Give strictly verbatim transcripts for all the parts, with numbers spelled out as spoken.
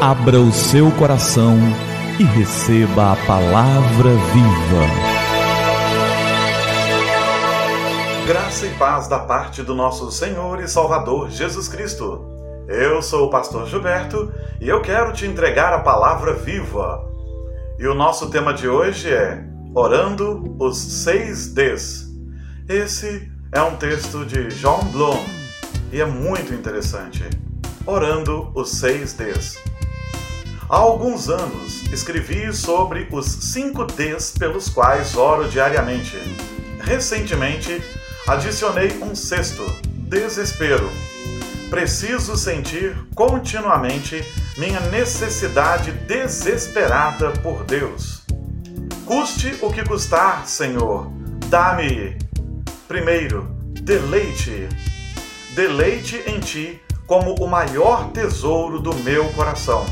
Abra o seu coração e receba a palavra viva. Graça e paz da parte do nosso Senhor e Salvador Jesus Cristo. Eu sou o pastor Gilberto e eu quero te entregar a palavra viva. E o nosso tema de hoje é Orando os seis Ds. Esse é um texto de Jon Bloom e é muito interessante. Orando os seis Ds. Há alguns anos escrevi sobre os cinco Ds pelos quais oro diariamente. Recentemente adicionei um sexto: desespero. Preciso sentir continuamente minha necessidade desesperada por Deus. Custe o que custar, Senhor, dá-me. Primeiro, deleite. Deleite em Ti como o maior tesouro do meu coração.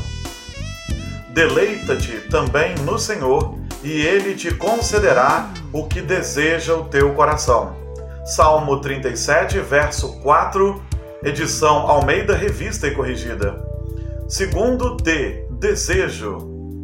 Deleita-te também no Senhor, e Ele te concederá o que deseja o teu coração. Salmo trinta e sete, verso quatro, edição Almeida Revista e Corrigida. Segundo D, desejo.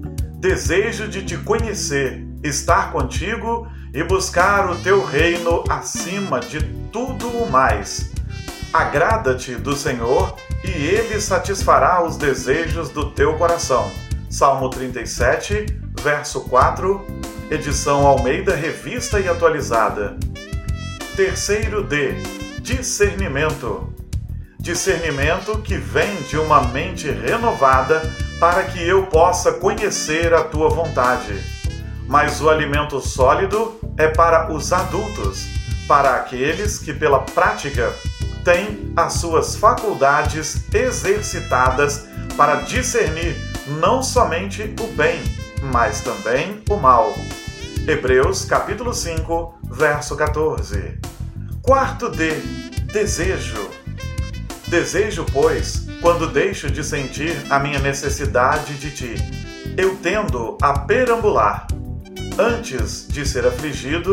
Desejo de te conhecer, estar contigo e buscar o teu reino acima de tudo o mais. Agrada-te do Senhor, e Ele satisfará os desejos do teu coração. Salmo trinta e sete, verso quatro, edição Almeida Revista e Atualizada. Terceiro D, discernimento. Discernimento que vem de uma mente renovada para que eu possa conhecer a tua vontade. Mas o alimento sólido é para os adultos, para aqueles que pela prática têm as suas faculdades exercitadas para discernir não somente o bem, mas também o mal. Hebreus capítulo cinco, verso quatorze. Quarto D, desejo. Desejo, pois, quando deixo de sentir a minha necessidade de Ti, eu tendo a perambular. Antes de ser afligido,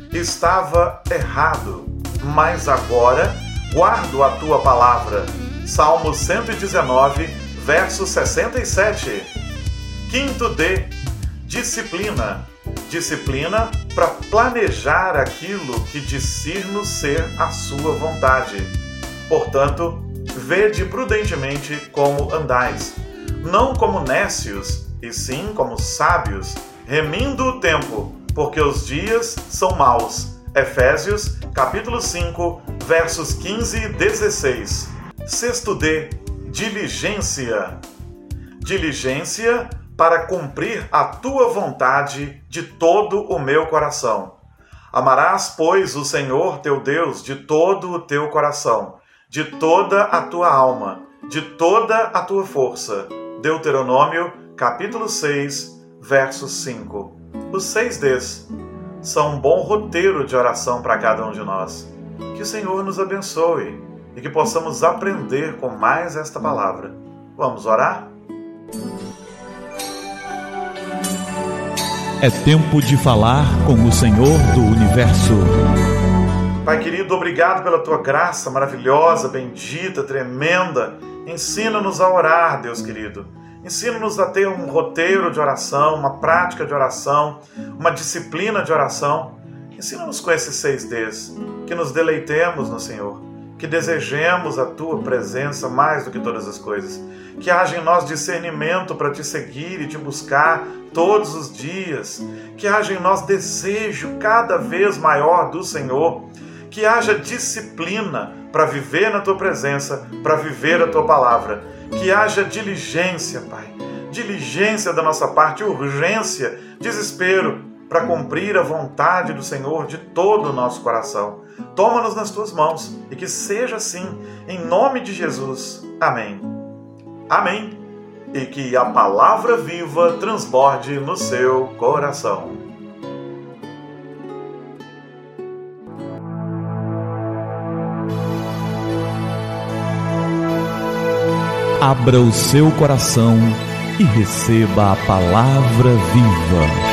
estava errado, mas agora guardo a Tua palavra. Salmo cento e dezenove, verso sessenta e sete. Quinto D, disciplina. Disciplina para planejar aquilo que discerno ser a sua vontade. Portanto, vede prudentemente como andais, não como nécios, e sim como sábios, remindo o tempo, porque os dias são maus. Efésios, capítulo cinco, versos quinze e dezesseis. Sexto D, diligência. Diligência para cumprir a tua vontade de todo o meu coração. Amarás, pois, o Senhor teu Deus de todo o teu coração, de toda a tua alma, de toda a tua força. Deuteronômio, capítulo seis, verso cinco. Os seis Ds são um bom roteiro de oração para cada um de nós. Que o Senhor nos abençoe e que possamos aprender com mais esta palavra. Vamos orar? É tempo de falar com o Senhor do Universo. Pai querido, obrigado pela Tua graça maravilhosa, bendita, tremenda. Ensina-nos a orar, Deus querido. Ensina-nos a ter um roteiro de oração, uma prática de oração, uma disciplina de oração. Ensina-nos com esses seis Ds, que nos deleitemos no Senhor, que desejemos a Tua presença mais do que todas as coisas, que haja em nós discernimento para Te seguir e Te buscar todos os dias, que haja em nós desejo cada vez maior do Senhor, que haja disciplina para viver na Tua presença, para viver a Tua palavra, que haja diligência, Pai, diligência da nossa parte, urgência, desespero, para cumprir a vontade do Senhor de todo o nosso coração. Toma-nos nas Tuas mãos e que seja assim, em nome de Jesus. Amém. Amém. E que a palavra viva transborde no seu coração. Abra o seu coração e receba a palavra viva.